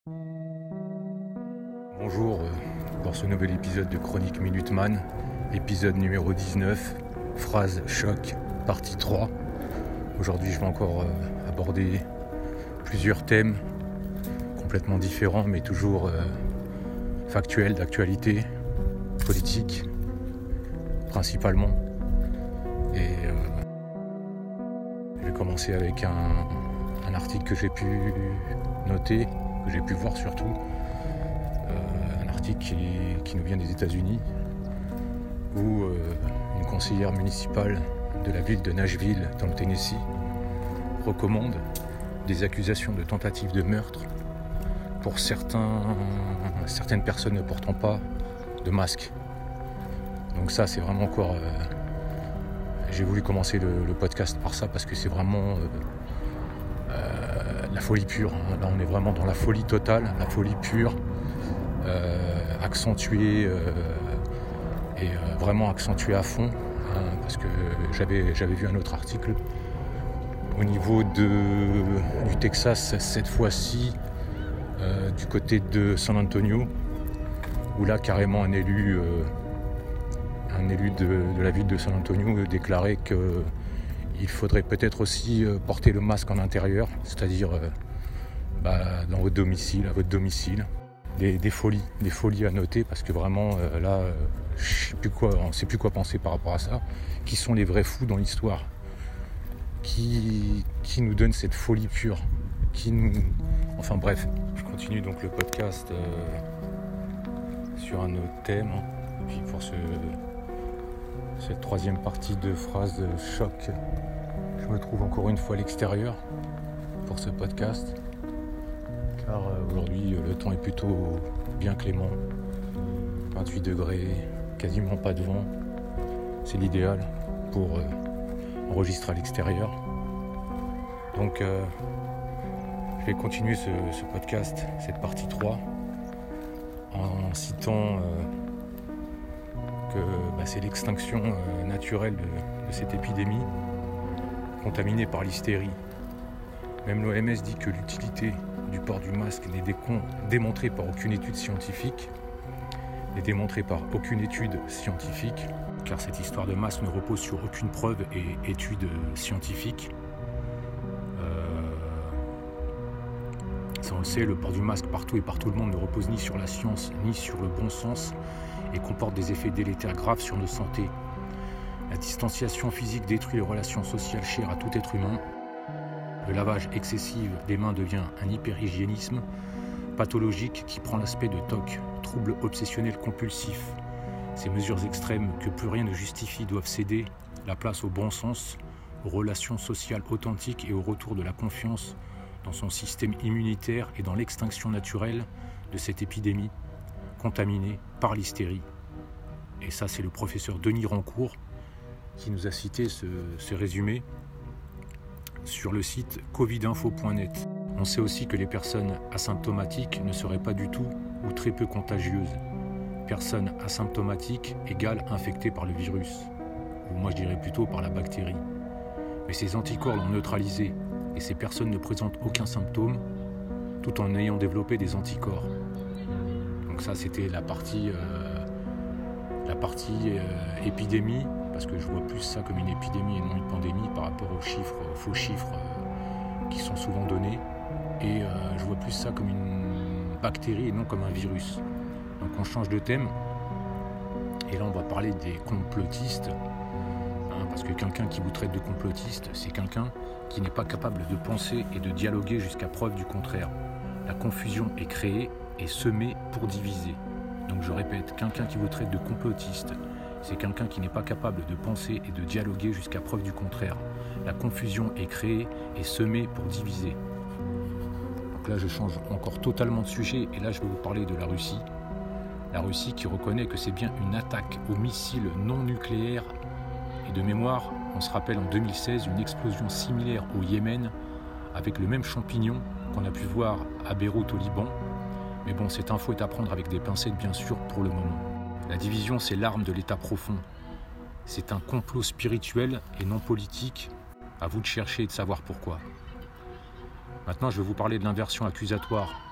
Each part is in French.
Bonjour pour ce nouvel épisode de Chronique Minuteman, épisode numéro 19, phrase choc, partie 3. Aujourd'hui je vais encore aborder plusieurs thèmes complètement différents mais toujours factuels, d'actualité, politique principalement. Et je vais commencer avec un article que j'ai pu noter, que j'ai pu voir surtout. Un article qui nous vient des États-Unis où une conseillère municipale de la ville de Nashville dans le Tennessee recommande des accusations de tentative de meurtre pour certaines personnes ne portant pas de masque. Donc ça c'est vraiment encore... j'ai voulu commencer le podcast par ça parce que c'est vraiment la folie pure. Là on est vraiment dans la folie totale, la folie pure. Accentué et vraiment accentué à fond parce que j'avais vu un autre article au niveau du Texas, cette fois-ci du côté de San Antonio, où là carrément un élu de la ville de San Antonio déclarait qu'il faudrait peut-être aussi porter le masque en intérieur, c'est-à-dire dans votre domicile, à votre domicile. Des folies à noter parce que vraiment là on ne sait plus quoi penser par rapport à ça. Qui sont les vrais fous dans l'histoire, qui nous donne cette folie pure, enfin bref, je continue donc le podcast sur un autre thème. Et puis pour cette troisième partie de phrase choc, je me trouve encore une fois à l'extérieur pour ce podcast. Car aujourd'hui le temps est plutôt bien clément, 28 degrés, quasiment pas de vent, c'est l'idéal pour enregistrer à l'extérieur. Donc je vais continuer ce podcast, cette partie 3, en citant que c'est l'extinction naturelle de cette épidémie contaminée par l'hystérie. Même l'OMS dit que l'utilité du port du masque n'est démontré par aucune étude scientifique, car cette histoire de masque ne repose sur aucune preuve et étude scientifique. Ça on le sait, le port du masque partout et par tout le monde ne repose ni sur la science ni sur le bon sens et comporte des effets délétères graves sur nos santé. La distanciation physique détruit les relations sociales chères à tout être humain. Le lavage excessif des mains devient un hyperhygiénisme pathologique qui prend l'aspect de TOC, trouble obsessionnel compulsif. Ces mesures extrêmes que plus rien ne justifie doivent céder la place au bon sens, aux relations sociales authentiques et au retour de la confiance dans son système immunitaire et dans l'extinction naturelle de cette épidémie contaminée par l'hystérie. Et ça, c'est le professeur Denis Rancourt qui nous a cité ce résumé sur le site covidinfo.net. On sait aussi que les personnes asymptomatiques ne seraient pas du tout ou très peu contagieuses. Personne asymptomatique égale infectée par le virus, ou moi je dirais plutôt par la bactérie. Mais ces anticorps l'ont neutralisé et ces personnes ne présentent aucun symptôme tout en ayant développé des anticorps. Donc ça c'était la partie épidémie, parce que je vois plus ça comme une épidémie et non une pandémie par rapport aux faux chiffres qui sont souvent donnés. Et je vois plus ça comme une bactérie et non comme un virus. Donc on change de thème. Et là on va parler des complotistes. Parce que quelqu'un qui vous traite de complotiste, c'est quelqu'un qui n'est pas capable de penser et de dialoguer jusqu'à preuve du contraire. La confusion est créée et semée pour diviser. Donc je répète, quelqu'un qui vous traite de complotiste, c'est quelqu'un qui n'est pas capable de penser et de dialoguer jusqu'à preuve du contraire. La confusion est créée et semée pour diviser. Donc là, je change encore totalement de sujet et là, je vais vous parler de la Russie. La Russie qui reconnaît que c'est bien une attaque aux missiles non nucléaires. Et de mémoire, on se rappelle en 2016 une explosion similaire au Yémen avec le même champignon qu'on a pu voir à Beyrouth au Liban. Mais bon, cette info est à prendre avec des pincettes bien sûr pour le moment. La division, c'est l'arme de l'état profond. C'est un complot spirituel et non politique. À vous de chercher et de savoir pourquoi. Maintenant, je vais vous parler de l'inversion accusatoire.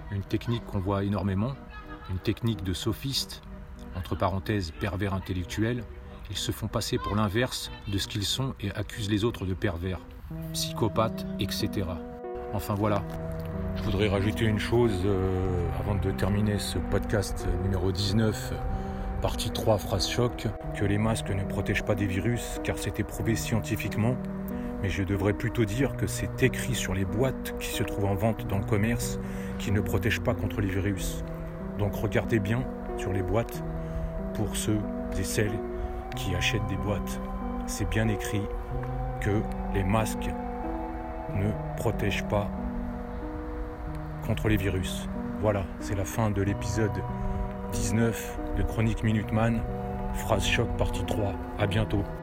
une technique qu'on voit énormément, une technique de sophistes, entre parenthèses pervers intellectuels. Ils se font passer pour l'inverse de ce qu'ils sont et accusent les autres de pervers, psychopathes, etc. Enfin voilà, je voudrais rajouter une chose avant de terminer ce podcast numéro 19, partie 3, phrase choc, que les masques ne protègent pas des virus car c'est éprouvé scientifiquement, mais je devrais plutôt dire que c'est écrit sur les boîtes qui se trouvent en vente dans le commerce qui ne protègent pas contre les virus. Donc regardez bien sur les boîtes pour ceux et celles qui achètent des boîtes. C'est bien écrit que les masques ne protègent pas contre les virus. Voilà, c'est la fin de l'épisode 19 de Chronique Minuteman. Phrase choc partie 3. À bientôt.